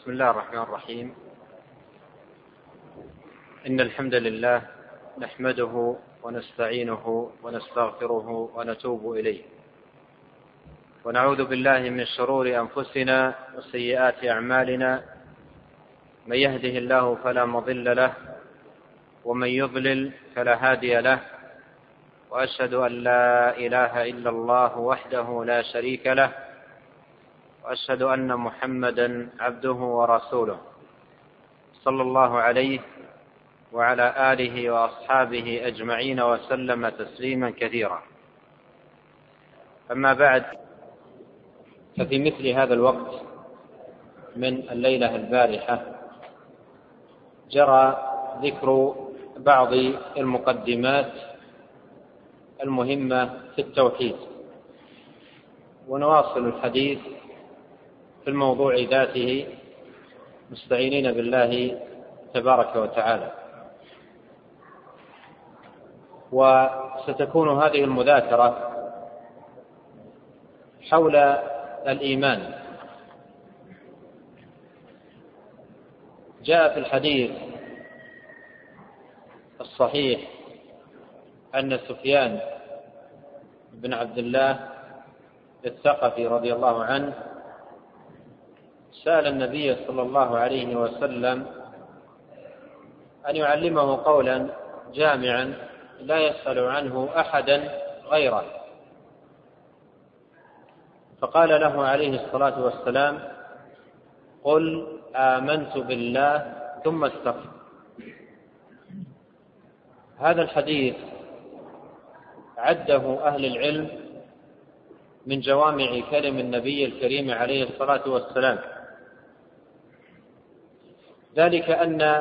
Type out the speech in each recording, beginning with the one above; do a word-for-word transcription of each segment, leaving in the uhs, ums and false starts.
بسم الله الرحمن الرحيم. إن الحمد لله نحمده ونستعينه ونستغفره ونتوب إليه، ونعوذ بالله من شرور أنفسنا وسيئات أعمالنا، من يهده الله فلا مضل له ومن يضلل فلا هادي له، وأشهد أن لا إله إلا الله وحده لا شريك له، وأشهد أن محمدا عبده ورسوله، صلى الله عليه وعلى آله وأصحابه أجمعين وسلم تسليما كثيرا. أما بعد، ففي مثل هذا الوقت من الليلة البارحة جرى ذكر بعض المقدمات المهمة في التوحيد، ونواصل الحديث في الموضوع ذاته مستعينين بالله تبارك وتعالى. وستكون هذه المذاكرة حول الإيمان. جاء في الحديث الصحيح أن سفيان بن عبد الله الثقفي رضي الله عنه سأل النبي صلى الله عليه وسلم أن يعلمه قولا جامعا لا يسأل عنه أحدا غيره، فقال له عليه الصلاة والسلام: قل آمنت بالله ثم استقم. هذا الحديث عده أهل العلم من جوامع كلم النبي الكريم عليه الصلاة والسلام، ذلك أن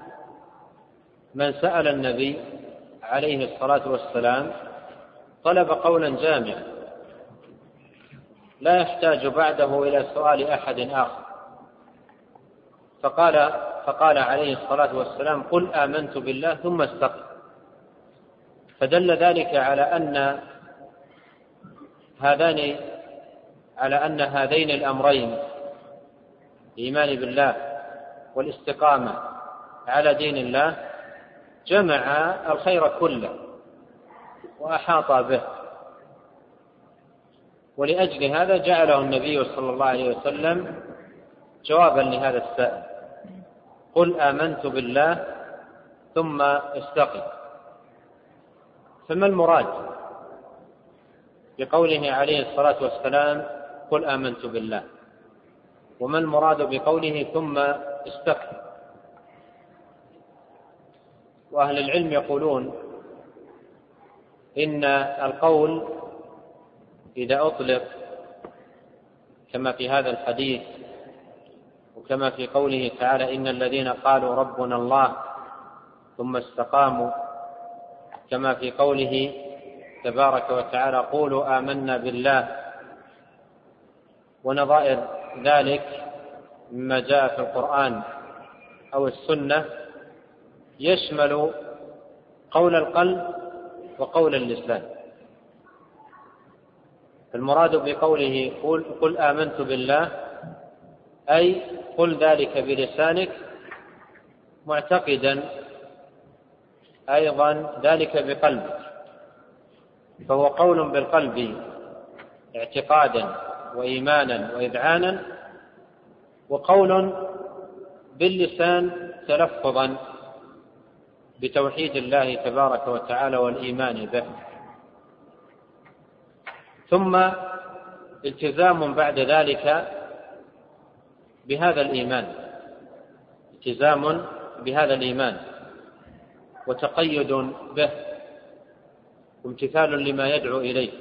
من سأل النبي عليه الصلاة والسلام طلب قولا جامعا لا يحتاج بعده إلى سؤال أحد آخر، فقال, فقال عليه الصلاة والسلام: قل آمنت بالله ثم استقم. فدل ذلك على أن هذان على أن هذين الأمرين، الإيمان بالله والاستقامة على دين الله، جمع الخير كله وأحاط به، ولأجل هذا جعله النبي صلى الله عليه وسلم جوابا لهذا السائل: قل آمنت بالله ثم استقم. فما المراد بقوله عليه الصلاة والسلام قل آمنت بالله، وما المراد بقوله ثم استقم؟ وأهل العلم يقولون إن القول إذا أطلق كما في هذا الحديث، وكما في قوله تعالى: إن الذين قالوا ربنا الله ثم استقاموا، كما في قوله تبارك وتعالى: قولوا آمنا بالله، ونظائر ذلك مما جاء في القرآن أو السنة، يشمل قول القلب وقول اللسان. المراد بقوله قل, قل آمنت بالله أي قل ذلك بلسانك، معتقدا أيضا ذلك بقلبك، فهو قول بالقلب اعتقادا وإيمانا وإذعانا، وقول باللسان تلفظا بتوحيد الله تبارك وتعالى والإيمان به، ثم التزام بعد ذلك بهذا الإيمان، التزام بهذا الإيمان وتقيد به وامتثال لما يدعو إليه.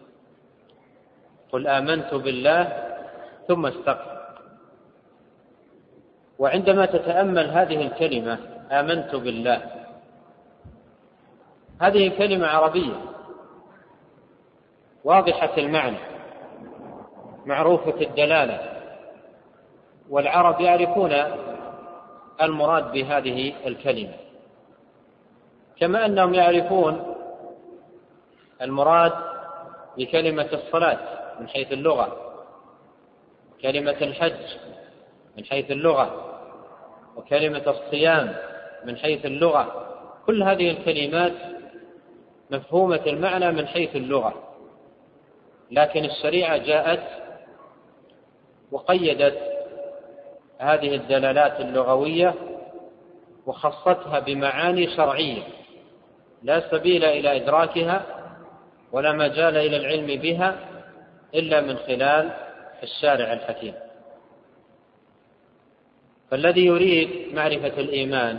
قل آمنت بالله ثم استقم. وعندما تتأمل هذه الكلمة آمنت بالله، هذه كلمة عربية واضحة المعنى معروفة الدلالة، والعرب يعرفون المراد بهذه الكلمة، كما أنهم يعرفون المراد بكلمة الصلاة من حيث اللغة، كلمة الحج من حيث اللغة، وكلمة الصيام من حيث اللغة. كل هذه الكلمات مفهومة المعنى من حيث اللغة، لكن الشريعة جاءت وقيدت هذه الدلالات اللغوية وخصتها بمعاني شرعية لا سبيل إلى إدراكها ولا مجال إلى العلم بها إلا من خلال الشارع الحكيم. فالذي يريد معرفة الإيمان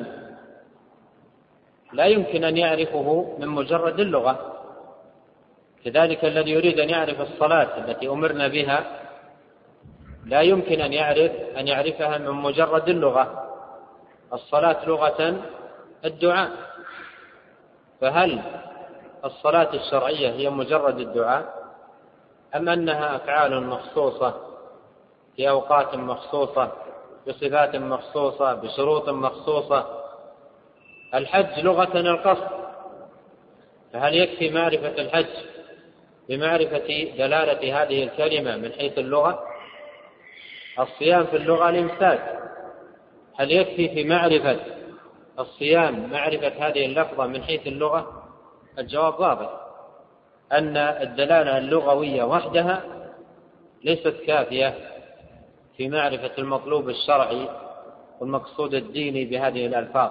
لا يمكن أن يعرفه من مجرد اللغة، كذلك الذي يريد أن يعرف الصلاة التي أمرنا بها لا يمكن أن يعرف أن يعرفها من مجرد اللغة. الصلاة لغة الدعاء، فهل الصلاة الشرعية هي مجرد الدعاء أم أنها أفعال مخصوصة في أوقات مخصوصة بصفات مخصوصة بشروط مخصوصة؟ الحج لغة القصد، فهل يكفي معرفة الحج بمعرفة دلالة هذه الكلمة من حيث اللغة؟ الصيام في اللغة الإمساك، هل يكفي في معرفة الصيام معرفة هذه اللفظة من حيث اللغة؟ الجواب واضح، أن الدلالة اللغوية وحدها ليست كافية في معرفة المطلوب الشرعي والمقصود الديني بهذه الألفاظ.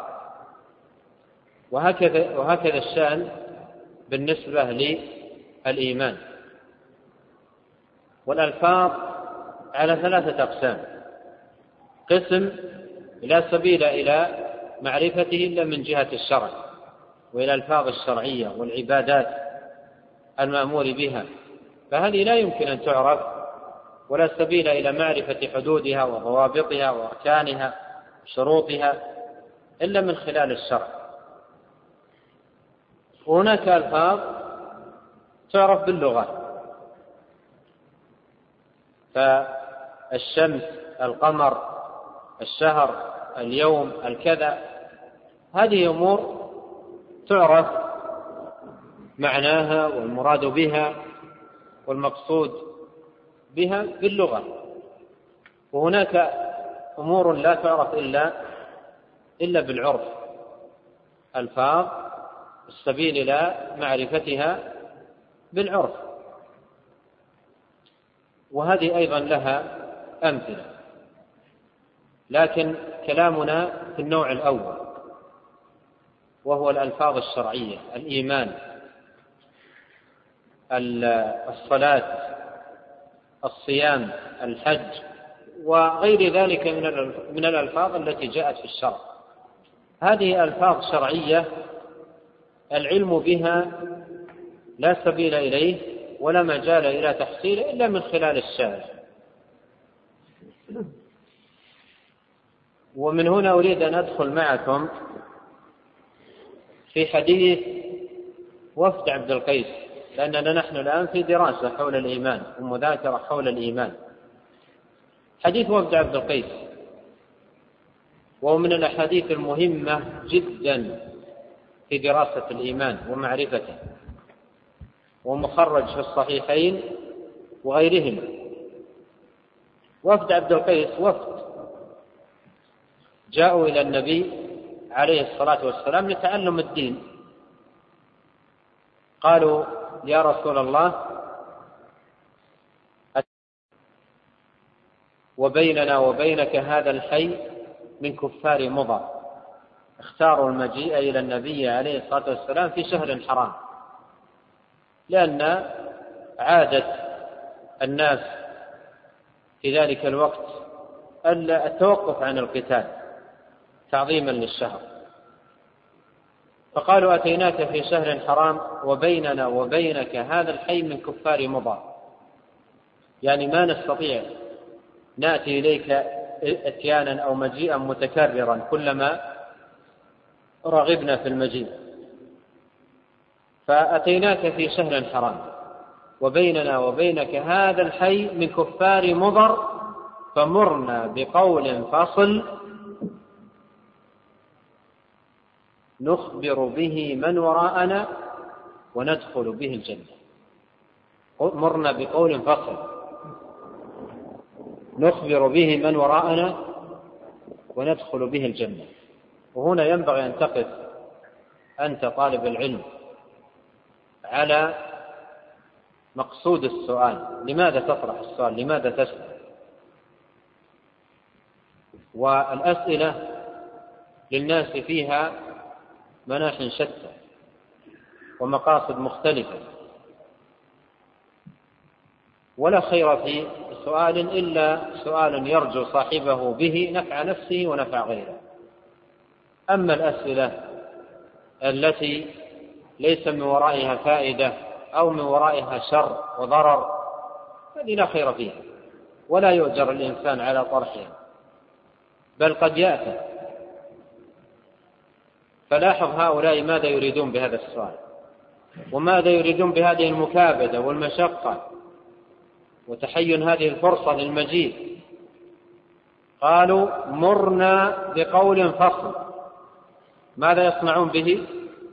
وهكذا, وهكذا الشأن بالنسبة للإيمان. والألفاظ على ثلاثة أقسام: قسم لا سبيل إلى معرفته إلا من جهة الشرع وإلى الألفاظ الشرعية والعبادات المأمور بها، فهذه لا يمكن أن تعرف ولا سبيل إلى معرفة حدودها وضوابطها وأركانها وشروطها إلا من خلال الشرع. وهناك ألفاظ تعرف باللغة، فالشمس، القمر، الشهر، اليوم، الكذا، هذه أمور تعرف معناها والمراد بها والمقصود بها باللغة. وهناك أمور لا تعرف إلا إلا بالعرف، ألفاظ السبيل إلى معرفتها بالعرف، وهذه أيضا لها أمثلة. لكن كلامنا في النوع الأول وهو الألفاظ الشرعية: الإيمان، الصلاة، الصيام، الحج، وغير ذلك من الألفاظ التي جاءت في الشرع. هذه ألفاظ شرعية العلم بها لا سبيل إليه ولا مجال إلى تحصيله إلا من خلال الشارع. ومن هنا أريد أن أدخل معكم في حديث وفد عبد القيس، لأننا نحن الآن في دراسة حول الإيمان ومذاكرة حول الإيمان. حديث وفد عبد القيس وهو من الأحاديث المهمة جدا في دراسة الإيمان ومعرفته، ومخرج في الصحيحين وغيرهما. وفد عبد القيس وفد جاءوا إلى النبي عليه الصلاة والسلام لتعلم الدين. قالوا: يا رسول الله، وبيننا وبينك هذا الحي من كفار مضر. اختاروا المجيء إلى النبي عليه الصلاة والسلام في شهر حرام، لأن عادة الناس في ذلك الوقت التوقف عن القتال تعظيما للشهر. فقالوا: أتيناك في شهر حرام وبيننا وبينك هذا الحي من كفار مضر، يعني ما نستطيع نأتي إليك اتيانا أو مجيئا متكررا كلما رغبنا في المجيء، فأتيناك في شهر حرام وبيننا وبينك هذا الحي من كفار مضر، فمرنا بقول فصل نخبر به من وراءنا وندخل به الجنة. مرنا بقول فصل نخبر به من وراءنا وندخل به الجنة. وهنا ينبغي أن تقف أنت طالب العلم على مقصود السؤال، لماذا تطرح السؤال، لماذا تسأل. والأسئلة للناس فيها مناح شتى ومقاصد مختلفة، ولا خير في سؤال إلا سؤال يرجو صاحبه به نفع نفسه ونفع غيره. أما الأسئلة التي ليس من ورائها فائدة أو من ورائها شر وضرر هذه لا خير فيها، ولا يؤجر الإنسان على طرحها، بل قد يأتي. فلاحظ هؤلاء ماذا يريدون بهذا السؤال، وماذا يريدون بهذه المكابدة والمشقة وتحين هذه الفرصة للمجيء. قالوا مرنا بقول فصل. ماذا يصنعون به؟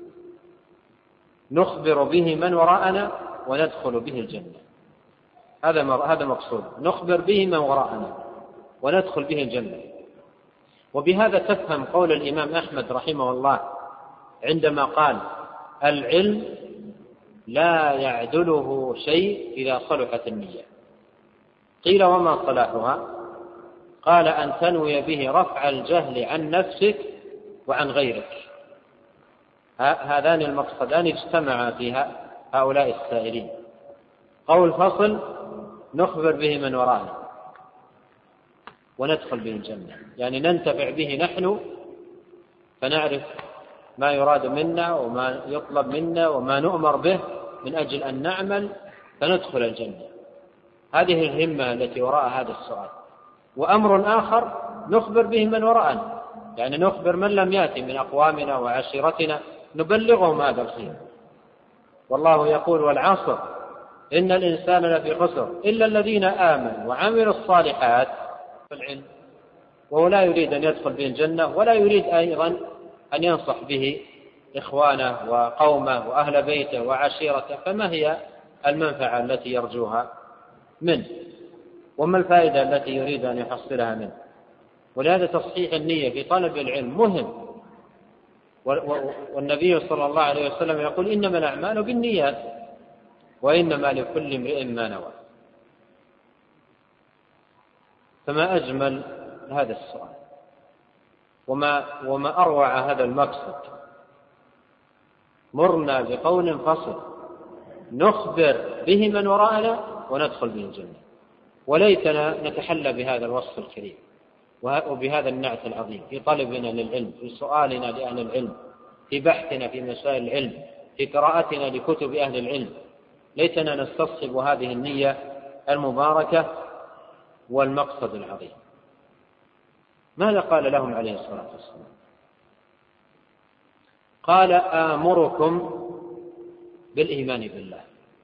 نخبر به من وراءنا وندخل به الجنة. هذا هذا مقصود، نخبر به من وراءنا وندخل به الجنة. وبهذا تفهم قول الإمام أحمد رحمه الله عندما قال العلم لا يعدله شيء إذا صلحت النية. قيل وما صلاحها؟ قال أن تنوي به رفع الجهل عن نفسك وعن غيرك. هذان المقصدان اجتمعا فيها هؤلاء السائلين. قول فصل نخبر به من وراءنا وندخل به الجنة، يعني ننتفع به نحن فنعرف ما يراد منا وما يطلب منا وما نؤمر به من أجل أن نعمل فندخل الجنة. هذه الهمة التي وراء هذا السؤال. وأمر آخر نخبر به من وراءنا، يعني نخبر من لم يأتي من أقوامنا وعشيرتنا نبلغهم هذا الخير. والله يقول والعصر إن الإنسان لفي خسر إلا الذين آمنوا وعملوا الصالحات في العلم. وهو لا يريد أن يدخل به الجنة، ولا يريد أيضا أن ينصح به إخوانه وقومه وأهل بيته وعشيرته، فما هي المنفعة التي يرجوها منه، وما الفائدة التي يريد أن يحصلها منه؟ ولهذا تصحيح النية في طلب العلم مهم. والنبي صلى الله عليه وسلم يقول إنما الأعمال بالنيات وإنما لكل امرئ ما نوى. فما أجمل هذا السؤال، وما, وما أروع هذا المقصد. مرنا بقول فصل نخبر به من وراءنا وندخل به الجنة. وليتنا نتحلى بهذا الوصف الكريم وبهذا النعت العظيم في طلبنا للعلم، في سؤالنا لأهل العلم، في بحثنا في مسائل العلم، في قراءتنا لكتب أهل العلم. ليتنا نستصحب هذه النية المباركة والمقصد العظيم. ماذا قال لهم عليه الصلاة والسلام؟ قال آمركم بالإيمان بالله.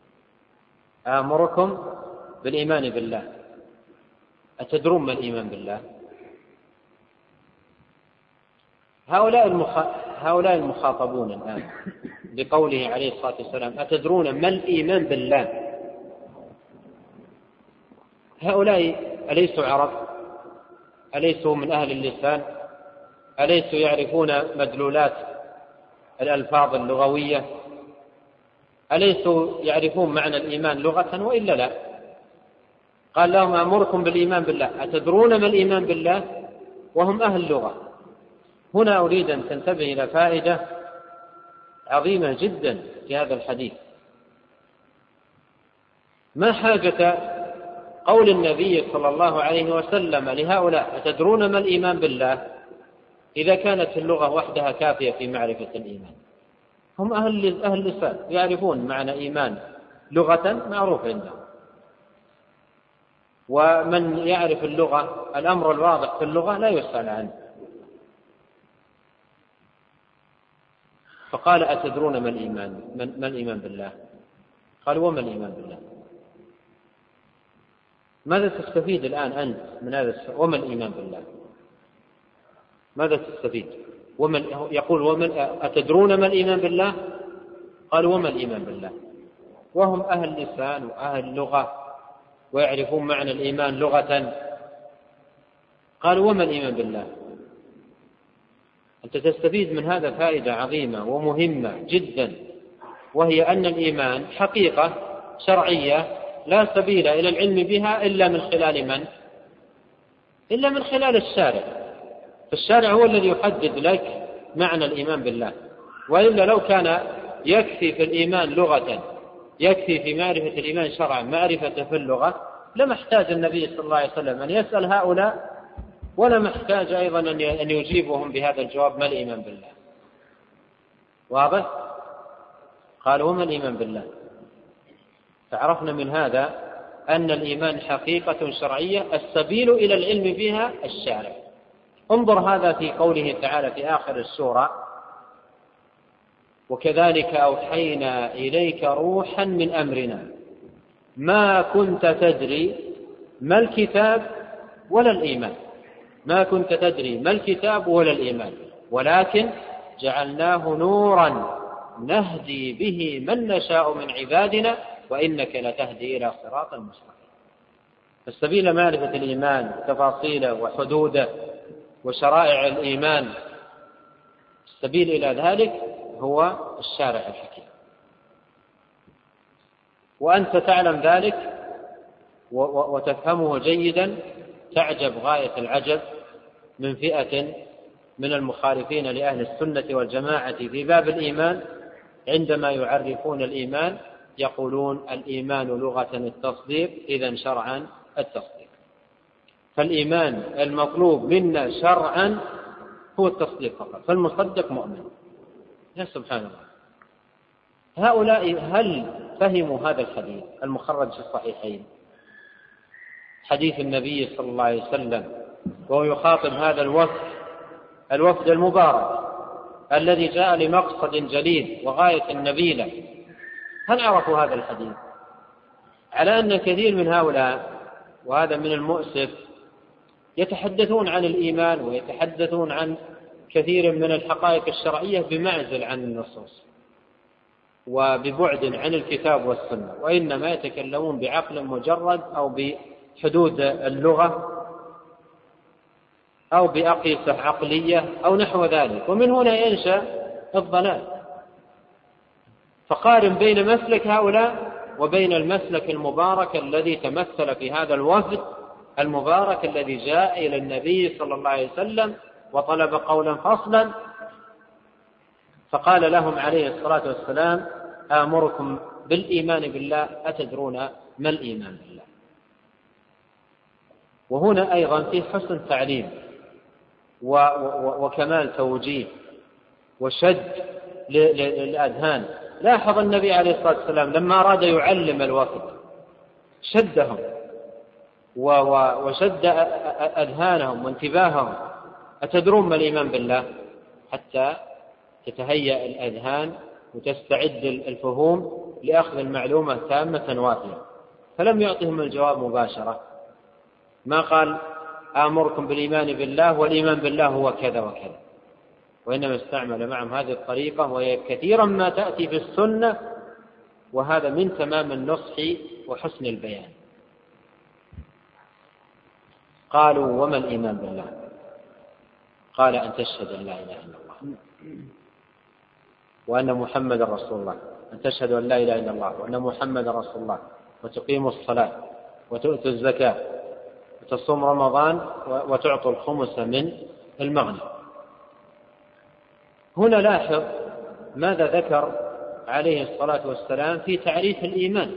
آمركم بالإيمان بالله. أتدرون ما الإيمان بالله؟ هؤلاء المخ... هؤلاء المخاطبون الآن بقوله عليه الصلاة والسلام أتدرون ما الإيمان بالله؟ هؤلاء أليسوا عرب؟ أليسوا من أهل اللسان؟ أليسوا يعرفون مدلولات الألفاظ اللغوية؟ أليسوا يعرفون معنى الإيمان لغة وإلا لا؟ قال لهم أمركم بالإيمان بالله. أتدرون ما الإيمان بالله؟ وهم أهل لغة. هنا أريد أن تنتبه إلى فائدة عظيمة جدا في هذا الحديث. ما حاجة قول النبي صلى الله عليه وسلم لهؤلاء أتدرون ما الإيمان بالله إذا كانت اللغة وحدها كافية في معرفة الإيمان؟ هم أهل أهل لسان يعرفون معنى إيمان لغة معروف عندهم. ومن يعرف اللغة الأمر الواضح في اللغة لا يسأل عنه. فقال أتدرون ما الإيمان ما الإيمان بالله؟ قالوا وما الإيمان بالله؟ ماذا تستفيد الآن أنت من هذا السؤال؟ وما الإيمان بالله؟ ماذا تستفيد؟ ومن يقول ومن أتدرون ما الإيمان بالله؟ قالوا وما الإيمان بالله؟ وهم أهل لسان وأهل لغة ويعرفون معنى الإيمان لغة. قالوا وما الإيمان بالله؟ أنت تستفيد من هذا فائدة عظيمة ومهمة جدا، وهي أن الإيمان حقيقة شرعية لا سبيل إلى العلم بها إلا من خلال من؟ إلا من خلال الشارع. فالشارع هو الذي يحدد لك معنى الإيمان بالله، وإلا لو كان يكفي في الإيمان لغة، يكفي في معرفة الإيمان شرعا معرفة في اللغة، لما احتاج النبي صلى الله عليه وسلم أن يسأل هؤلاء، ولا محتاج أيضا أن يجيبهم بهذا الجواب: ما الإيمان بالله؟ واضح؟ قالوا: ما الإيمان بالله؟ فعرفنا من هذا أن الإيمان حقيقة شرعية السبيل إلى العلم بها الشارع. انظر هذا في قوله تعالى في آخر السورة: وكذلك أوحينا إليك روحا من أمرنا ما كنت تدري ما الكتاب ولا الإيمان. ما كنت تدري ما الكتاب ولا الإيمان ولكن جعلناه نورا نهدي به من نشاء من عبادنا وإنك لتهدي إلى صراط مستقيم. فالسبيل معرفة الإيمان تفاصيله وحدوده وشرائع الإيمان، السبيل إلى ذلك هو الشارع الحكيم، وأنت تعلم ذلك وتفهمه جيدا. تعجب غاية العجب من فئة من المخالفين لأهل السنة والجماعة في باب الإيمان، عندما يعرفون الإيمان يقولون: الإيمان لغة التصديق، إذن شرعا التصديق. فالإيمان المطلوب منا شرعا هو التصديق فقط، فالمصدق مؤمن. يا سبحان الله، هؤلاء هل فهموا هذا الحديث المخرج في الصحيحين، حديث النبي صلى الله عليه وسلم وهو يخاطب هذا الوفد الوفد المبارك الذي جاء لمقصد جليل وغاية نبيلة؟ هل عرفوا هذا الحديث؟ على أن كثير من هؤلاء، وهذا من المؤسف، يتحدثون عن الإيمان ويتحدثون عن كثير من الحقائق الشرعية بمعزل عن النصوص وببعد عن الكتاب والسنة، وإنما يتكلمون بعقل مجرد أو بحدود اللغة أو بأقيسة عقلية أو نحو ذلك، ومن هنا ينشأ الضلال. فقارن بين مسلك هؤلاء وبين المسلك المبارك الذي تمثل في هذا الوفد المبارك الذي جاء إلى النبي صلى الله عليه وسلم وطلب قولا فصلا، فقال لهم عليه الصلاة والسلام: آمركم بالإيمان بالله، أتدرون ما الإيمان بالله؟ وهنا أيضا في حسن تعليم وكمال توجيه وشد للأذهان. لاحظ النبي عليه الصلاة والسلام لما أراد يعلم الوفد شدهم وشد أذهانهم وانتباههم: أتدرون ما الإيمان بالله؟ حتى تتهيأ الأذهان وتستعد الفهوم لأخذ المعلومة تامة وافية. فلم يعطهم الجواب مباشرة، ما قال: آمركم بالإيمان بالله والإيمان بالله هو كذا وكذا، وإنما استعمل معهم هذه الطريقة، وهي كثيرا ما تأتي في السنة، وهذا من تمام النصح وحسن البيان. قالوا: وما الإيمان بالله؟ قال: أن تشهد أن لا إله إلا الله وأن محمد رسول الله، أن تشهد أن لا إله إلا الله وأن محمد رسول الله، وتقيم الصلاة وتؤتي الزكاة وتصوم رمضان وتعطي الخمس من المغنم. هنا لاحظ ماذا ذكر عليه الصلاة والسلام في تعريف الإيمان.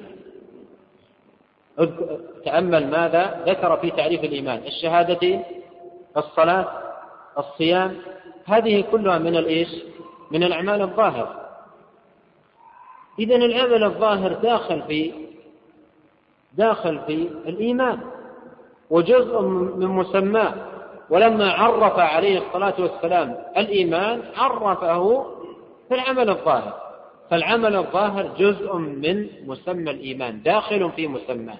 تأمل ماذا ذكر في تعريف الإيمان: الشهادتين، الصلاة، الصيام، هذه كلها من الإيش؟ من الأعمال الظاهرة. إذن العمل الظاهر داخل في داخل في الإيمان وجزء من مسماه. ولما عرف عليه الصلاة والسلام الإيمان عرفه في العمل الظاهر، فالعمل الظاهر جزء من مسمى الإيمان، داخل في مسماه.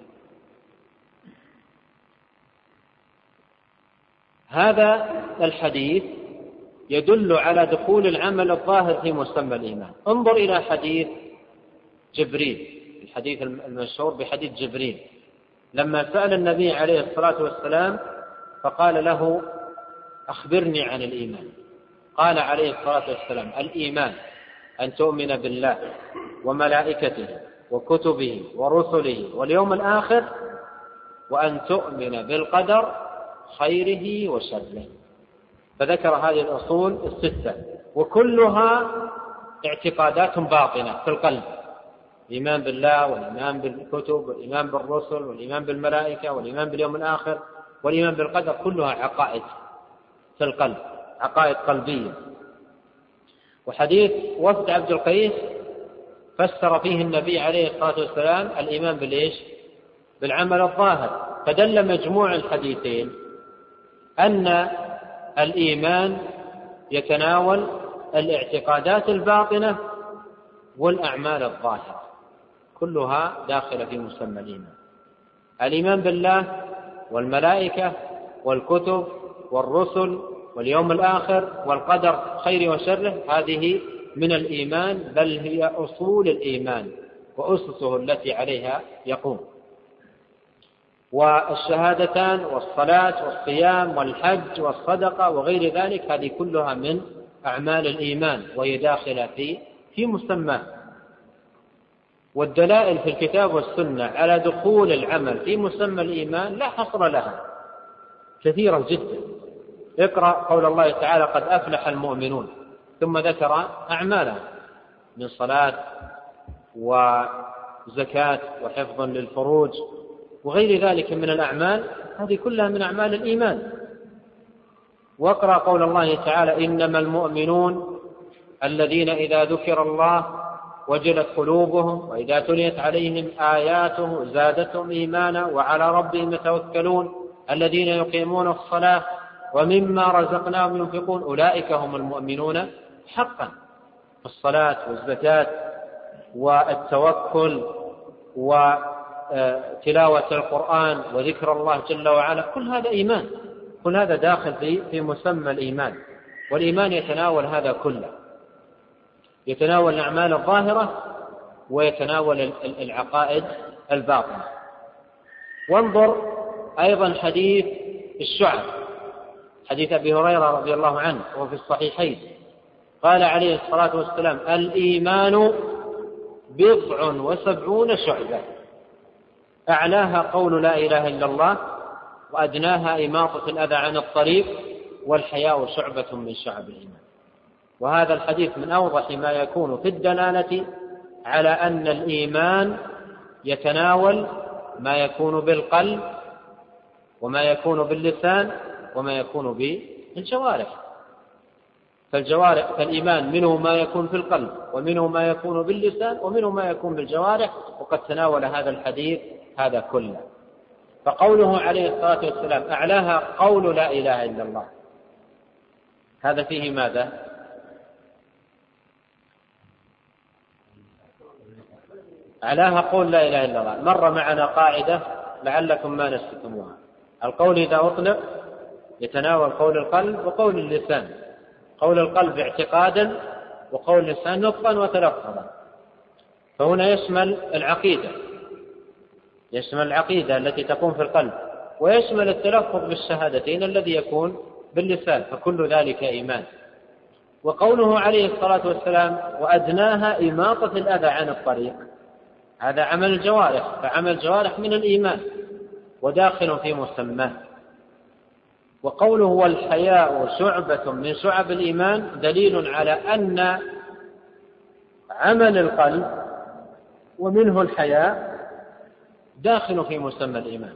هذا الحديث يدل على دخول العمل الظاهر في مسمى الإيمان. انظر إلى حديث جبريل، الحديث المشهور بحديث جبريل، لما سأل النبي عليه الصلاة والسلام فقال له: أخبرني عن الإيمان. قال عليه الصلاة والسلام: الإيمان أن تؤمن بالله وملائكته وكتبه ورسله واليوم الآخر، وأن تؤمن بالقدر خيره وشره. فذكر هذه الأصول الستة، وكلها اعتقادات باطنة في القلب: الإيمان بالله والإيمان بالكتب والإيمان بالرسل والإيمان بالملائكة والإيمان باليوم الآخر والإيمان بالقدر، كلها عقائد في القلب، عقائد قلبية. وحديث وفد عبد القيس فسر فيه النبي عليه الصلاة والسلام الإيمان بالإيش؟ بالعمل الظاهر. فدل مجموع الحديثين أن الإيمان يتناول الاعتقادات الباطنة والأعمال الظاهرة، كلها داخلة في مسمى الإيمان. الإيمان بالله والملائكة والكتب والرسل واليوم الآخر والقدر خير وشره، هذه من الإيمان، بل هي أصول الإيمان وأسسه التي عليها يقوم. والشهادتان والصلاة والصيام والحج والصدقة وغير ذلك، هذه كلها من أعمال الإيمان وهي داخلة في في مسماه. والدلائل في الكتاب والسنة على دخول العمل في مسمى الإيمان لا حصر لها، كثيرة جدا. اقرأ قول الله تعالى: قد أفلح المؤمنون، ثم ذكر أعمالها من صلاة وزكاة وحفظ للفروج وغير ذلك من الأعمال، هذه كلها من أعمال الإيمان. واقرأ قول الله تعالى: إنما المؤمنون الذين إذا ذكر الله وجلت قلوبهم وإذا تليت عليهم آياته زادتهم إيمانا وعلى ربهم يتوكلون الذين يقيمون الصلاة ومما رزقناهم ينفقون أولئك هم المؤمنون حقا. الصلاة والزكاة والتوكل وتلاوة القرآن وذكر الله جل وعلا، كل هذا إيمان، كل هذا داخل في في مسمى الإيمان. والإيمان يتناول هذا كله، يتناول الأعمال الظاهرة ويتناول العقائد الباطنة. وانظر أيضا حديث الشعب، حديث أبي هريرة رضي الله عنه وفي الصحيحين، قال عليه الصلاة والسلام: الإيمان بضع وسبعون شعبة، أعلاها قول لا إله إلا الله، وأدناها إماطة الأذى عن الطريق، والحياء شعبة من شعب الإيمان. وهذا الحديث من أوضح ما يكون في الدلالة على أن الإيمان يتناول ما يكون بالقلب وما يكون باللسان وما يكون بالجوارح. فالجوارح فالإيمان منه ما يكون في القلب ومنه ما يكون باللسان ومنه ما يكون بالجوارح، وقد تناول هذا الحديث هذا كله. فقوله عليه الصلاة والسلام: أعلاها قول لا إله إلا الله، هذا فيه ماذا؟ أعلاها قول لا إله إلا الله. مر معنا قاعدة لعلكم ما نسيتموها: القول إذا أطلق يتناول قول القلب وقول اللسان، قول القلب اعتقادا وقول اللسان نطقا وتلفظا. فهنا يشمل العقيدة، يشمل العقيدة التي تكون في القلب، ويشمل التلفظ بالشهادتين الذي يكون باللسان، فكل ذلك إيمان. وقوله عليه الصلاة والسلام: وأدناها إماطة الأذى عن الطريق، هذا عمل الجوارح، فعمل الجوارح من الإيمان وداخل في مسماه. وقوله: والحياء شعبة من شعب الإيمان، دليل على أن عمل القلب ومنه الحياء داخل في مسمى الإيمان.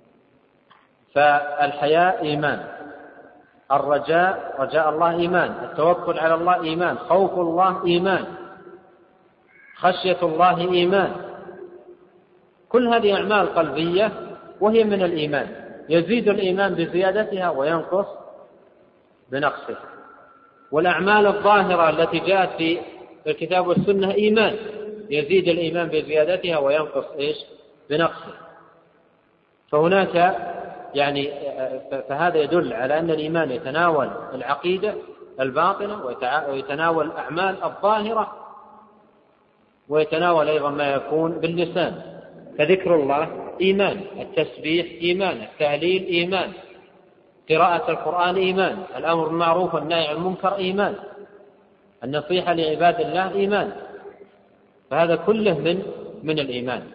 فالحياء إيمان، الرجاء رجاء الله إيمان، التوكل على الله إيمان، خوف الله إيمان، خشية الله إيمان، كل هذه أعمال قلبية وهي من الإيمان، يزيد الإيمان بزيادتها وينقص بنقصها. والأعمال الظاهرة التي جاءت في الكتاب والسنة إيمان، يزيد الإيمان بزيادتها وينقص إيش؟ بنقصه. فهناك يعني فهذا يدل على أن الإيمان يتناول العقيدة الباطنة ويتناول الأعمال الظاهرة ويتناول أيضا ما يكون باللسان، فذكر الله إيمان، التسبيح إيمان، التهليل إيمان، قراءة القرآن إيمان، الأمر بالمعروف والنهي عن المنكر إيمان، النصيحة لعباد الله إيمان، فهذا كله من من الإيمان.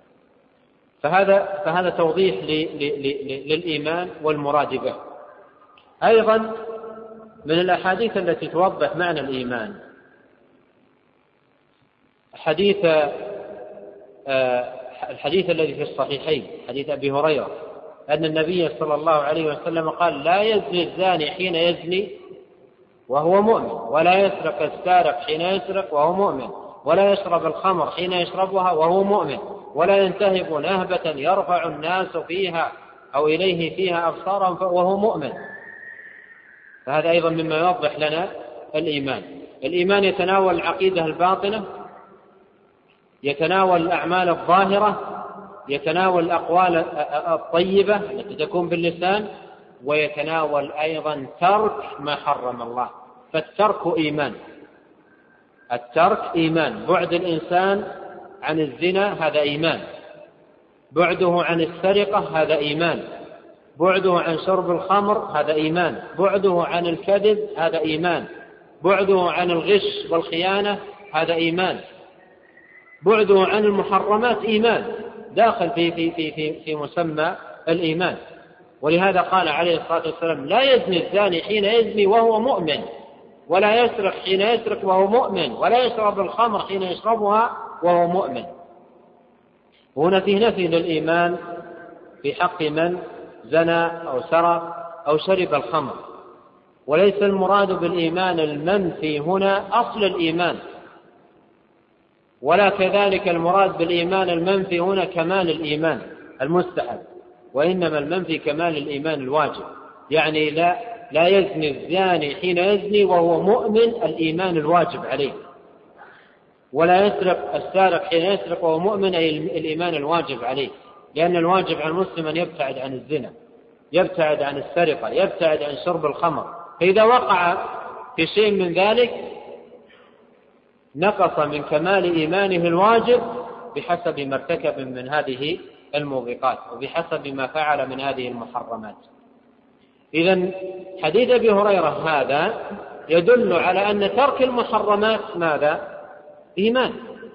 فهذا فهذا توضيح للإيمان والمراد به. أيضا من الأحاديث التي توضح معنى الإيمان حديث الحديث الذي في الصحيحين، حديث أبي هريرة أن النبي صلى الله عليه وسلم قال: لا يزني الزاني حين يزني وهو مؤمن، ولا يسرق السارق حين يسرق وهو مؤمن، ولا يشرب الخمر حين يشربها وهو مؤمن، ولا ينتهب نهبة يرفع الناس فيها أو إليه فيها أبصارهم وهو مؤمن. فهذا أيضا مما يوضح لنا الإيمان. الإيمان يتناول العقيدة الباطنة، يتناول الأعمال الظاهرة، يتناول الأقوال الطيبة التي تكون باللسان، ويتناول أيضا ترك ما حرم الله. فالترك إيمان، الترك إيمان. بعد الإنسان عن الزنا هذا إيمان، بعده عن السرقة هذا إيمان، بعده عن شرب الخمر هذا إيمان، بعده عن الكذب هذا إيمان، بعده عن الغش والخيانة هذا إيمان، بعده عن المحرمات إيمان، داخل في في في في, في مسمى الإيمان. ولهذا قال عليه الصلاة والسلام: لا يزني الزاني حين يزني وهو مؤمن، ولا يسرق حين يسرق وهو مؤمن، ولا يشرب الخمر حين يشربها وهو مؤمن. هنا فيه نفي للإيمان في حق من زنى أو سرق أو شرب الخمر، وليس المراد بالإيمان المنفي هنا أصل الإيمان، ولا كذلك المراد بالإيمان المنفي هنا كمال الإيمان المستحب، وإنما المنفي كمال الإيمان الواجب. يعني لا لا يزني الزاني حين يزني وهو مؤمن، الإيمان الواجب عليه، ولا يسرق السارق حين يسرق وهو مؤمن، أي الإيمان الواجب عليه، لأن الواجب على المسلم أن يبتعد عن الزنا، يبتعد عن السرقة، يبتعد عن شرب الخمر. فإذا وقع في شيء من ذلك نقص من كمال إيمانه الواجب بحسب ما ارتكب من هذه الموبقات، وبحسب ما فعل من هذه المحرمات. إذن حديث أبي هريرة هذا يدل على أن ترك المحرمات ماذا؟ إيمان.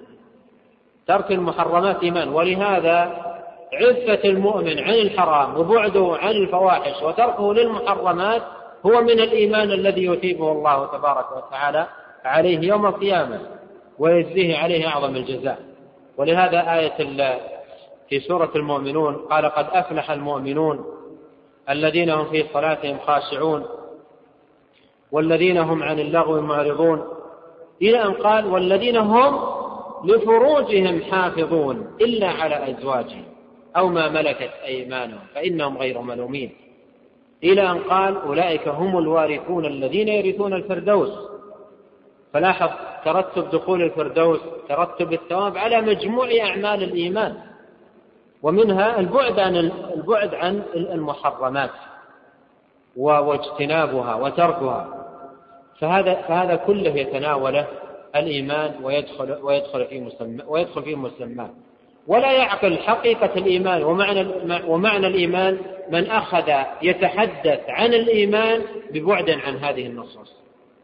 ترك المحرمات إيمان. ولهذا عفة المؤمن عن الحرام وبعده عن الفواحش وتركه للمحرمات هو من الإيمان الذي يثيبه الله تبارك وتعالى عليه يوم القيامة ويجزيه عليه أعظم الجزاء. ولهذا آية في سورة المؤمنون قال: قد أفلح المؤمنون الذين هم في صلاتهم خاشعون والذين هم عن اللغو معرضون، إلى أن قال: والذين هم لفروجهم حافظون إلا على أزواجهم أو ما ملكت أيمانهم فإنهم غير ملومين، إلى أن قال: أولئك هم الوارثون الذين يرثون الفردوس. فلاحظ ترتب دخول الفردوس، ترتب الثواب على مجموع أعمال الإيمان، ومنها البعد عن البعد عن المحرمات واجتنابها وتركها. فهذا فهذا كله يتناوله الإيمان ويدخل ويدخل في مسمى ويدخل في مسماه. ولا يعقل حقيقة الإيمان ومعنى ومعنى الإيمان من أخذ يتحدث عن الإيمان ببعد عن هذه النصوص.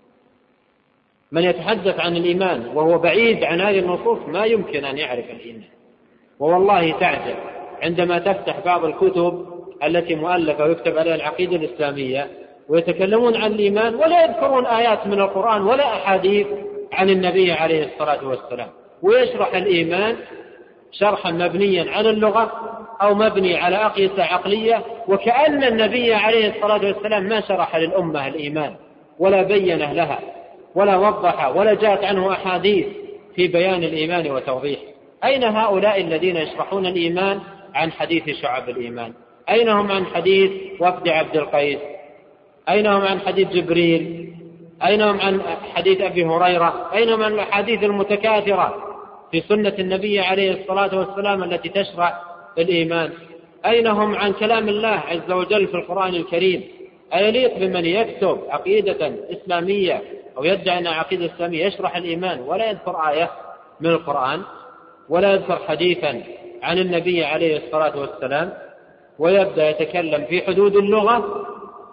من يتحدث عن الإيمان وهو بعيد عن هذه النصوص ما يمكن أن يعرف الإيمان. ووالله تعجب عندما تفتح بعض الكتب التي مؤلفة ويكتب عليها العقيدة الإسلامية ويتكلمون عن الإيمان ولا يذكرون آيات من القرآن ولا أحاديث عن النبي عليه الصلاة والسلام، ويشرح الإيمان شرحا مبنيا على اللغة أو مبني على أقيسة عقلية، وكأن النبي عليه الصلاة والسلام ما شرح للأمة الإيمان ولا بينه لها ولا وضح ولا جاءت عنه أحاديث في بيان الإيمان وتوضيحه. أين هؤلاء الذين يشرحون الإيمان عن حديث شعب الإيمان؟ أين هم عن حديث وفد عبد القيس؟ أين هم عن حديث جبريل؟ أين هم عن حديث أبي هريرة؟ أين هم عن الأحاديث المتكاثرة في سنة النبي عليه الصلاة والسلام التي تشرح الإيمان؟ أين هم عن كلام الله عز وجل في القرآن الكريم؟ أيليق بمن يكتب عقيدة إسلامية أو يدعي أن عقيدة إسلامية يشرح الإيمان ولا يذكر آية من القرآن ولا يذكر حديثا عن النبي عليه الصلاة والسلام، ويبدأ يتكلم في حدود اللغة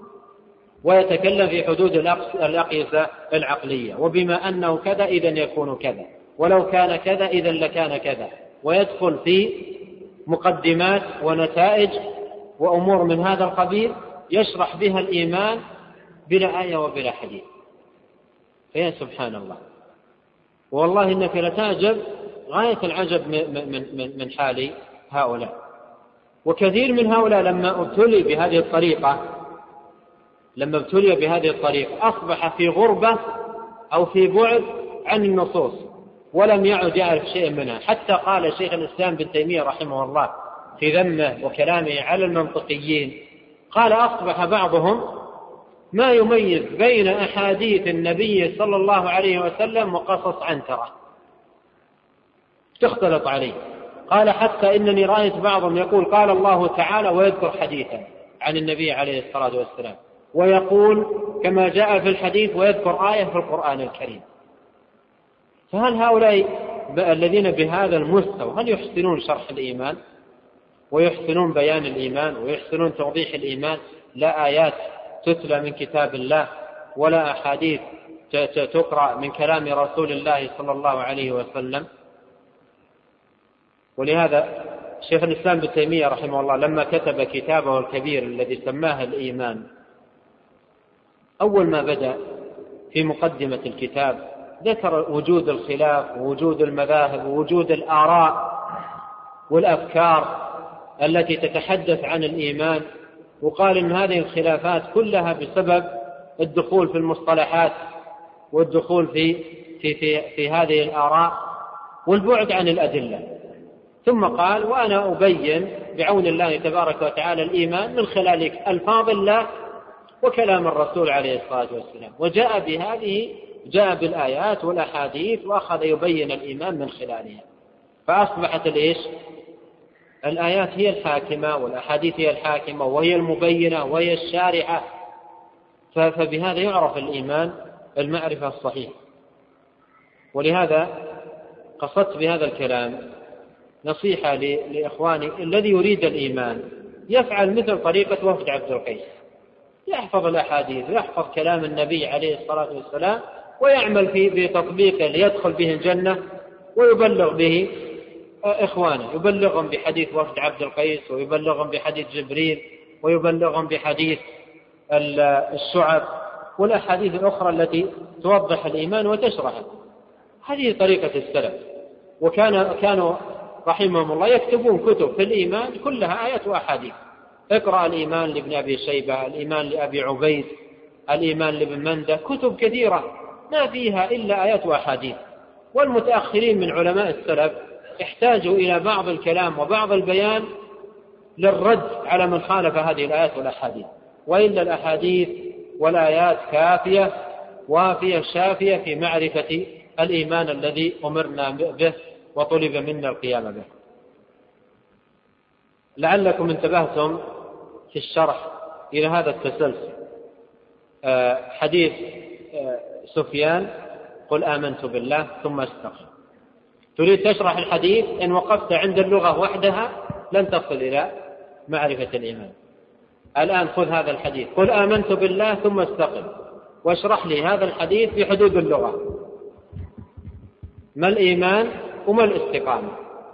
ويتكلم في حدود الأقيسة العقلية، وبما أنه كذا إذن يكون كذا، ولو كان كذا إذن لكان كذا، ويدخل في مقدمات ونتائج وأمور من هذا القبيل يشرح بها الإيمان بلا آية وبلا حديث. فيا سبحان الله، والله إنك لتعجب غاية العجب من, من, من حال هؤلاء. وكثير من هؤلاء لما ابتلي بهذه الطريقة لما ابتلي بهذه الطريقة أصبح في غربة أو في بعد عن النصوص، ولم يعد يعرف شيئا منها. حتى قال شيخ الإسلام ابن تيمية رحمه الله في ذمه وكلامه على المنطقيين، قال أصبح بعضهم ما يميز بين أحاديث النبي صلى الله عليه وسلم وقصص عنترة، تختلط عليه. قال حتى إنني رأيت بعضهم يقول قال الله تعالى ويذكر حديثا عن النبي عليه الصلاة والسلام، ويقول كما جاء في الحديث ويذكر آية في القرآن الكريم. فهل هؤلاء الذين بهذا المستوى هل يحسنون شرح الإيمان ويحسنون بيان الإيمان ويحسنون توضيح الإيمان؟ لا آيات تتلى من كتاب الله ولا أحاديث تقرأ من كلام رسول الله صلى الله عليه وسلم. ولهذا شيخ الإسلام ابن تيمية رحمه الله لما كتب كتابه الكبير الذي سماه الإيمان، أول ما بدأ في مقدمة الكتاب ذكر وجود الخلاف ووجود المذاهب ووجود الآراء والأفكار التي تتحدث عن الإيمان، وقال إن هذه الخلافات كلها بسبب الدخول في المصطلحات والدخول في, في, في, في هذه الآراء والبعد عن الأدلة. ثم قال وأنا أبين بعون الله تبارك وتعالى الإيمان من خلال ألفاظ الله وكلام الرسول عليه الصلاة والسلام، وجاء بهذه جاء بالآيات والأحاديث وأخذ يبين الإيمان من خلالها. فأصبحت الإيش؟ الآيات هي الحاكمة والأحاديث هي الحاكمة وهي المبينة وهي الشارعة. فبهذا يعرف الإيمان المعرفة الصحيحة. ولهذا قصدت بهذا الكلام نصيحة لإخواني الذي يريد الإيمان يفعل مثل طريقة وفد عبد القيس، يحفظ الأحاديث ويحفظ كلام النبي عليه الصلاة والسلام ويعمل فيه بتطبيقه ليدخل به الجنة ويبلغ به إخوانه، يبلغهم بحديث وفد عبد القيس ويبلغهم بحديث جبريل ويبلغهم بحديث الشعب والأحاديث الأخرى التي توضح الإيمان وتشرحه. هذه طريقة السلف، وكان كانوا رحمهم الله يكتبون كتب في الإيمان كلها آيات وأحاديث. اقرأ الإيمان لابن أبي شيبة، الإيمان لأبي عبيد، الإيمان لابن مندة، كتب كثيرة ما فيها إلا آيات وأحاديث. والمتأخرين من علماء السلف احتاجوا إلى بعض الكلام وبعض البيان للرد على من خالف هذه الآيات والأحاديث، وإلا الأحاديث والآيات كافية وافية شافية في معرفة الإيمان الذي أمرنا به وطلب منا القيام به. لعلكم انتبهتم في الشرح إلى هذا التسلسل. حديث سفيان قل آمنت بالله ثم استقم. تريد تشرح الحديث إن وقفت عند اللغة وحدها لن تصل إلى معرفة الإيمان. الآن خذ هذا الحديث قل آمنت بالله ثم استقم، واشرح لي هذا الحديث في حدود اللغة. ما الإيمان وما الاستقامة؟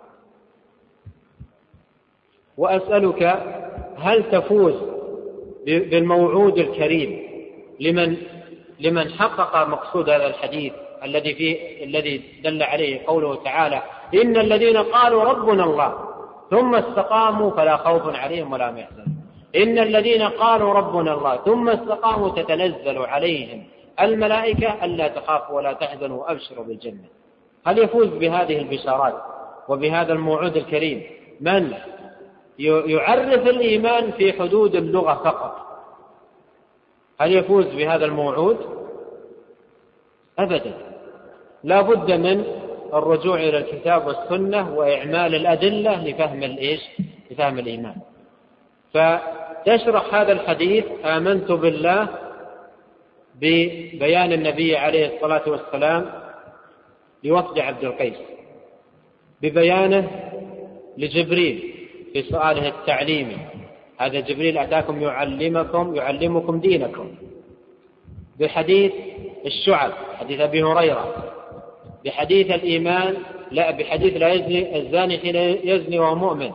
وأسألك هل تفوز بالموعود الكريم لمن لمن حقق مقصود هذا الحديث الذي فيه الذي دل عليه قوله تعالى إن الذين قالوا ربنا الله ثم استقاموا فلا خوف عليهم ولا هم يحزنون. إن الذين قالوا ربنا الله ثم استقاموا تتنزل عليهم الملائكة ألا تخافوا ولا تحزنوا وأبشروا بالجنة. هل يفوز بهذه البشارات وبهذا الموعود الكريم من يعرف الإيمان في حدود اللغة فقط؟ هل يفوز بهذا الموعود؟ أبدا. لا بد من الرجوع إلى الكتاب والسنة وإعمال الأدلة لفهم الإيش؟ لفهم الإيمان. فتشرح هذا الحديث آمنت بالله ببيان النبي عليه الصلاة والسلام لوفد عبد القيس، ببيانه لجبريل في سؤاله التعليمي، هذا جبريل أتاكم يعلمكم يعلمكم دينكم بحديث الشعب حديث أبي هريرة، بحديث الإيمان لا بحديث لا يزني الزاني حين يزني وهو مؤمن،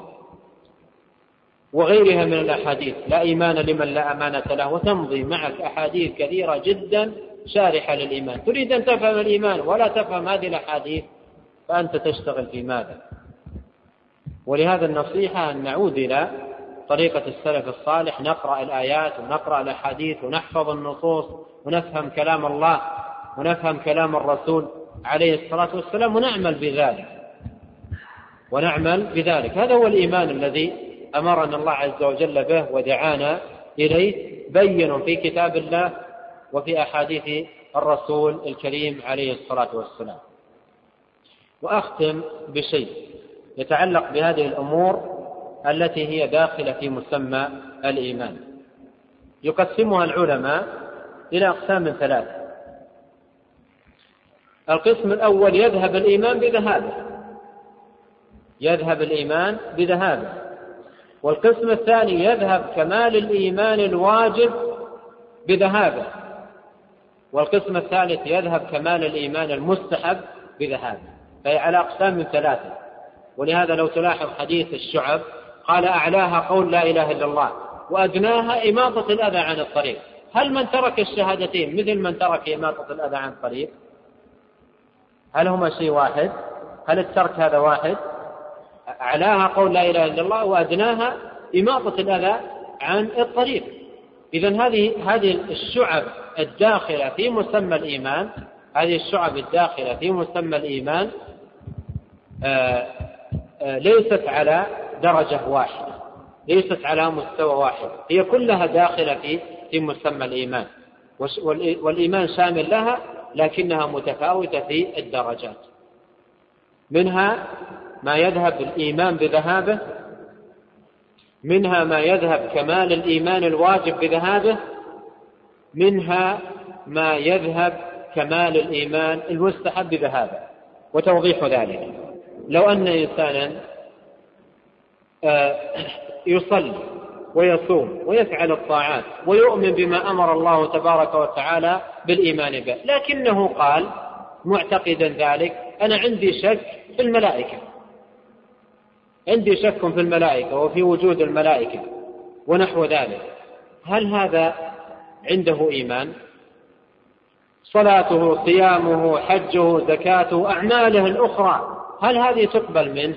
وغيرها من الأحاديث، لا إيمان لمن لا أمانة له، وتمضي معك أحاديث كثيرة جدا شارحة للإيمان. تريد أن تفهم الإيمان ولا تفهم هذه الأحاديث فأنت تشتغل في ماذا؟ ولهذا النصيحة أن نعود إلى طريقة السلف الصالح، نقرأ الآيات ونقرأ الأحاديث ونحفظ النصوص ونفهم كلام الله ونفهم كلام الرسول عليه الصلاة والسلام ونعمل بذلك ونعمل بذلك. هذا هو الإيمان الذي أمرنا الله عز وجل به ودعانا إليه، بين في كتاب الله وفي أحاديث الرسول الكريم عليه الصلاة والسلام. وأختم بشيء يتعلق بهذه الأمور التي هي داخلة في مسمى الإيمان. يقسمها العلماء إلى أقسام ثلاثة. القسم الأول يذهب الإيمان بذهابه، يذهب الإيمان بذهابه. والقسم الثاني يذهب كمال الإيمان الواجب بذهابه. والقسم الثالث يذهب كمال الإيمان المستحب بذهابه. فهي على أقسام ثلاثة. ولهذا لو تلاحظ حديث الشعب قال أعلاها قول لا إله إلا الله وأدناها إماطة الأذى عن الطريق. هل من ترك الشهادتين مثل من ترك إماطة الأذى عن الطريق؟ هل هما شيء واحد؟ هل الترك هذا واحد؟ أعلاها قول لا إله إلا الله وأدناها إماطة الأذى عن الطريق. إذن هذه هذه الشعب الداخلة في مسمى الإيمان، هذه الشعب الداخلة في مسمى الإيمان آآ آآ ليست على درجة واحدة، ليست على مستوى واحد، هي كلها داخلة في في مسمى الإيمان، والإيمان شامل لها لكنها متفاوتة في الدرجات. منها ما يذهب الإيمان بذهابه، منها ما يذهب كمال الإيمان الواجب بذهابه، منها ما يذهب كمال الإيمان المستحب بذهابه. وتوضيح ذلك لو أن إنسانا يصلي ويصوم ويفعل الطاعات ويؤمن بما أمر الله تبارك وتعالى بالإيمان به، لكنه قال معتقدا ذلك أنا عندي شك في الملائكة، عندي شك في الملائكة وفي وجود الملائكة ونحو ذلك، هل هذا عنده إيمان؟ صلاته، صيامه، حجه، زكاته، أعماله الأخرى، هل هذه تقبل منه؟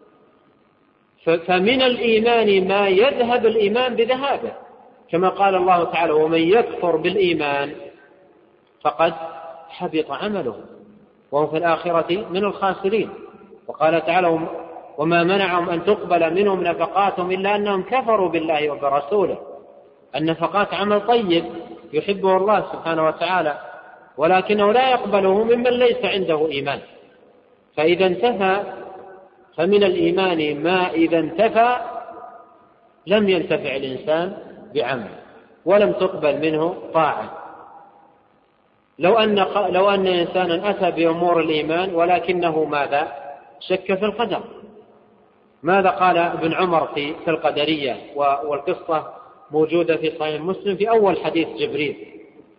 فمن الإيمان ما يذهب الإيمان بذهابه، كما قال الله تعالى ومن يكفر بالإيمان فقد حبط عمله وهو في الآخرة من الخاسرين. وقال تعالى وما منعهم أن تقبل منهم نفقاتهم إلا أنهم كفروا بالله وبرسوله. النفقات عمل طيب يحبه الله سبحانه وتعالى، ولكنه لا يقبله ممن ليس عنده إيمان. فإذا انتفى فمن الإيمان ما إذا انتفى لم ينتفع الإنسان بعمل ولم تقبل منه طاعة. لو أن لو أن إنسانا أتى بأمور الإيمان ولكنه ماذا؟ شك في القدر. ماذا قال ابن عمر في القدرية؟ والقصة موجودة في صحيح مسلم في أول حديث جبريل.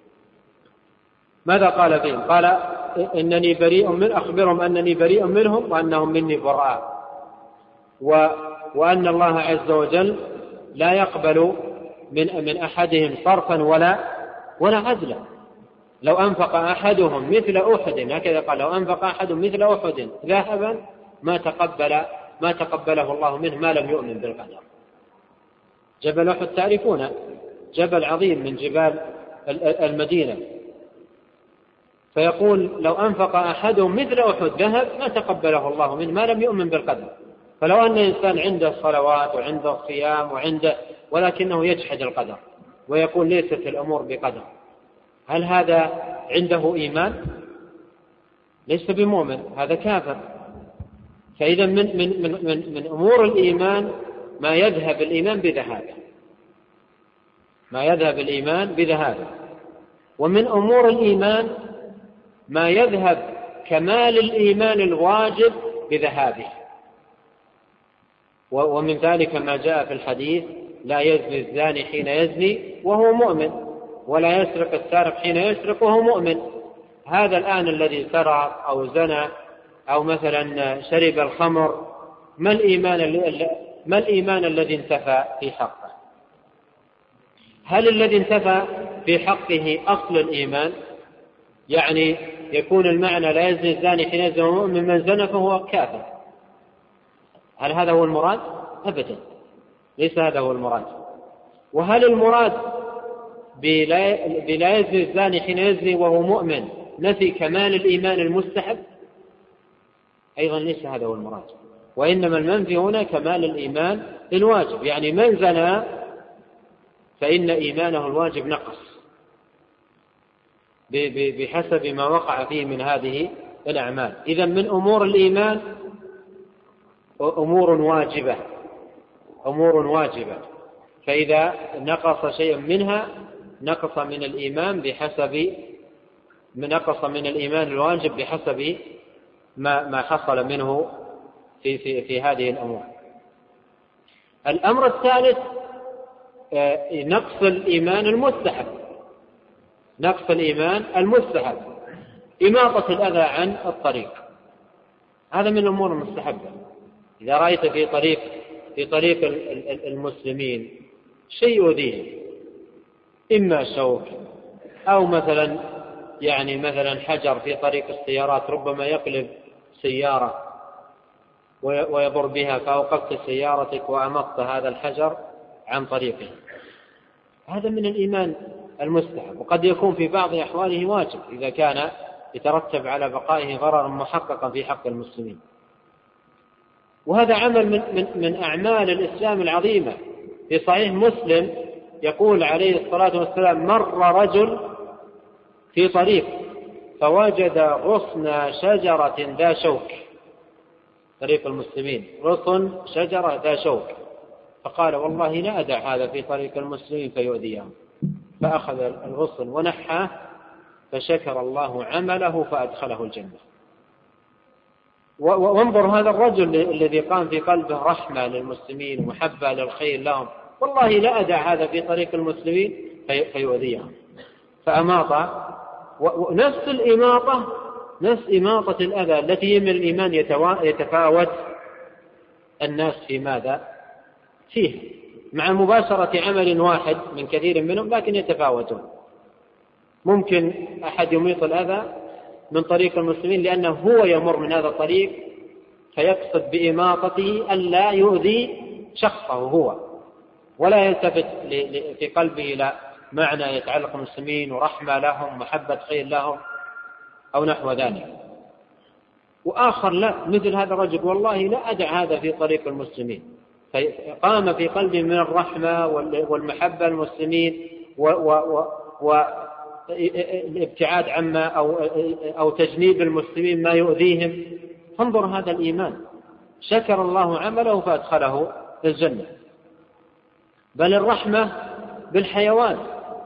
ماذا قال فيهم؟ قال إنني بريء من أخبرهم أنني بريء منهم وأنهم مني براء، و... وأن الله عز وجل لا يقبل من من أحدهم صرفا ولا ولا عدلا. لو أنفق أحدهم مثل أحد، هكذا قال لو أنفق أحد مثل أحد ذهبا ما تقبل ما تقبله الله منه ما لم يؤمن بالقدر. جبل أحد تعرفونه، جبل عظيم من جبال المدينة، فيقول لو أنفق أحدهم مثل أحد ذهب ما تقبله الله منه ما لم يؤمن بالقدر. فلو أن إنسان عنده الصلوات وعنده الصيام وعنده ولكنه يجحد القدر ويقول ليست الأمور بقدر، هل هذا عنده إيمان؟ ليس بمؤمن، هذا كافر. فإذا من, من, من, من, من أمور الإيمان ما يذهب الإيمان بذهابه، ما يذهب الإيمان بذهابه. ومن أمور الإيمان ما يذهب كمال الإيمان الواجب بذهابه. ومن ذلك ما جاء في الحديث لا يزني الزاني حين يزني وهو مؤمن، ولا يسرق السارق حين يسرق وهو مؤمن. هذا الآن الذي سرق أو زنى أو مثلا شرب الخمر، ما الإيمان, ما الإيمان الذي انتفى في حقه؟ هل الذي انتفى في حقه أصل الإيمان؟ يعني يكون المعنى لا يزني الزاني حين يزني المؤمن من زنى فهو كافر. هل هذا هو المراد؟ أبدا، ليس هذا هو المراد. وهل المراد بلا يزني الزاني حين يزني وهو مؤمن نفي كمال الإيمان المستحب؟ أيضا ليس هذا هو المراد، وإنما المنفي هنا كمال الإيمان الواجب. يعني من زنى فإن إيمانه الواجب نقص بحسب ما وقع فيه من هذه الأعمال. إذا من أمور الإيمان أمور واجبة أمور واجبة فإذا نقص شيء منها نقص من الإيمان بحسب نقص من الإيمان الواجب بحسب ما ما حصل منه في في في هذه الأمور. الأمر الثالث نقص الإيمان المستحب نقص الإيمان المستحب إماطة الأذى عن الطريق. هذا من الأمور المستحبة. إذا رأيت في طريق في طريق المسلمين شيء يؤذيه، إما شوك أو مثلا يعني مثلا حجر في طريق السيارات ربما يقلب سيارة ويضر بها، فأوقفت سيارتك وأمطت هذا الحجر عن طريقه، هذا من الإيمان المستحب. وقد يكون في بعض أحواله واجب إذا كان يترتب على بقائه ضررا محققا في حق المسلمين. وهذا عمل من, من, من أعمال الإسلام العظيمة. في صحيح مسلم يقول عليه الصلاة والسلام: مر رجل في طريق فوجد غصن شجرة ذا شوك، طريق المسلمين غصن شجرة ذا شوك، فقال: والله لا أدع هذا في طريق المسلمين فيؤذيهم، فأخذ الغصن ونحاه فشكر الله عمله فأدخله الجنة. وانظر هذا الرجل الذي قام في قلبه رحمة للمسلمين ومحبة للخير لهم، والله لا أدع هذا في طريق المسلمين فيؤذيهم، فأماط. ونفس الإماطة نفس إماطة الأذى التي من الإيمان يتفاوت الناس في ماذا فيه، مع مباشرة عمل واحد من كثير منهم لكن يتفاوتون. ممكن أحد يميط الأذى من طريق المسلمين لأنه هو يمر من هذا الطريق فيقصد بإماطته ألا يؤذي شخصه هو، ولا يلتفت في قلبه إلى معنى يتعلق بالمسلمين ورحمة لهم محبة خير لهم أو نحو ذلك. وآخر لا، مثل هذا الرجل: والله لا أدع هذا في طريق المسلمين، فقام في قلبه من الرحمة والمحبة للمسلمين والابتعاد عما أو, أو تجنيب المسلمين ما يؤذيهم. فانظر هذا الإيمان، شكر الله عمله فأدخله الجنة. بل الرحمة بالحيوان،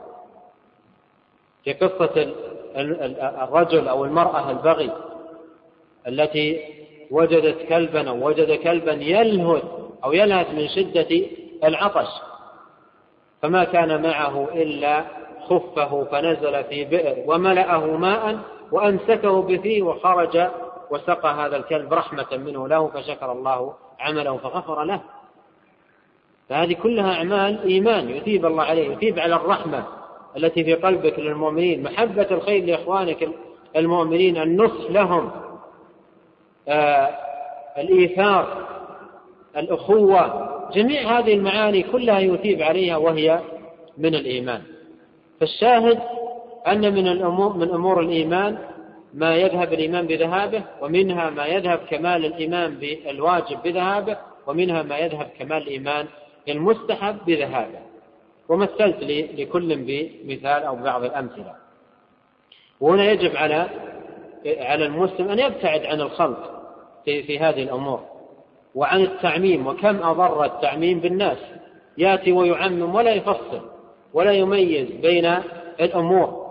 في قصة الرجل أو المرأة البغي التي وجدت كلبا أو وجد كلبا يلهث أو يلهث من شدة العطش، فما كان معه إلا خفه فنزل في بئر وملأه ماء وأمسكه بفيه وخرج وسقى هذا الكلب رحمة منه له، فشكر الله عمله فغفر له. فهذه كلها أعمال إيمان يثيب الله عليه، يثيب على الرحمة التي في قلبك للمؤمنين، محبة الخير لإخوانك المؤمنين، النصح لهم، آه الإيثار، الأخوة، جميع هذه المعاني كلها يثيب عليها وهي من الإيمان. فالشاهد أن من الأمور من أمور الإيمان ما يذهب الإيمان بذهابه، ومنها ما يذهب كمال الإيمان بالواجب بذهابه، ومنها ما يذهب كمال الإيمان المستحب بذهابه. ومثلت لكل بمثال أو بعض الأمثلة. وهنا يجب على على المسلم أن يبتعد عن الخلط في, في هذه الأمور وعن التعميم. وكم أضر التعميم بالناس، يأتي ويعمم ولا يفصل ولا يميز بين الأمور،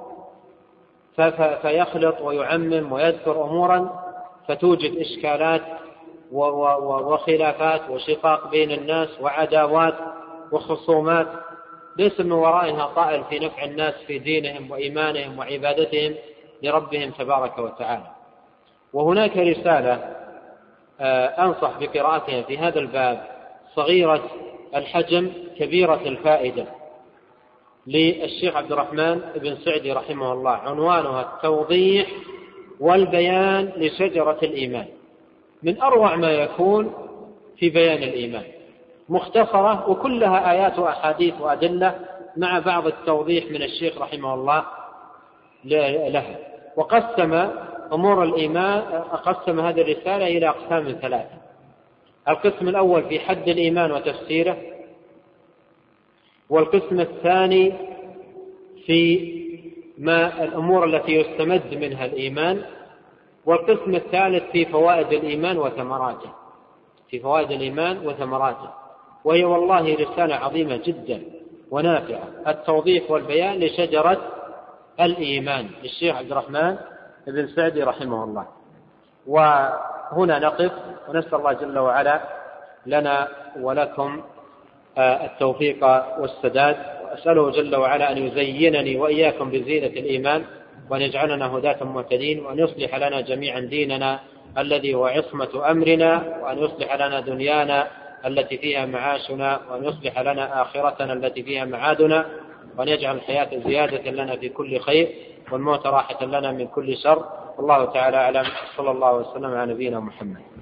فيخلط ويعمم ويذكر أمورا فتوجد إشكالات وخلافات وشقاق بين الناس وعداوات وخصومات. ليس من ورائها طائل في نفع الناس في دينهم وإيمانهم وعبادتهم لربهم تبارك وتعالى. وهناك رسالة أنصح بقراءتها في هذا الباب، صغيرة الحجم كبيرة الفائدة، للشيخ عبد الرحمن بن سعدي رحمه الله، عنوانها التوضيح والبيان لشجرة الإيمان، من أروع ما يكون في بيان الإيمان، مختصرة وكلها آيات وأحاديث وأدلة مع بعض التوضيح من الشيخ رحمه الله لها. وقسم أمور الإيمان، قسم هذه الرسالة إلى أقسام ثلاثة. القسم الأول في حد الإيمان وتفسيره، والقسم الثاني في ما الأمور التي يستمد منها الإيمان، والقسم الثالث في فوائد الإيمان وثمراته، في فوائد الإيمان وثمراته، وهي والله رسالة عظيمة جدا ونافعة، التوضيح والبيان لشجرة الإيمان للشيخ عبد الرحمن بن سعدي رحمه الله. وهنا نقف، ونسأل الله جل وعلا لنا ولكم التوفيق والسداد، وأسأله جل وعلا أن يزينني وإياكم بزينة الإيمان، وأن يجعلنا هداة مهتدين، وأن يصلح لنا جميعا ديننا الذي هو عصمة أمرنا، وأن يصلح لنا دنيانا التي فيها معاشنا، وأن يصلح لنا آخرتنا التي فيها معادنا، وأن يجعل الحياة زيادة لنا في كل خير، والموت راحة لنا من كل شر. والله تعالى أعلم. صلى الله وسلم على نبينا محمد.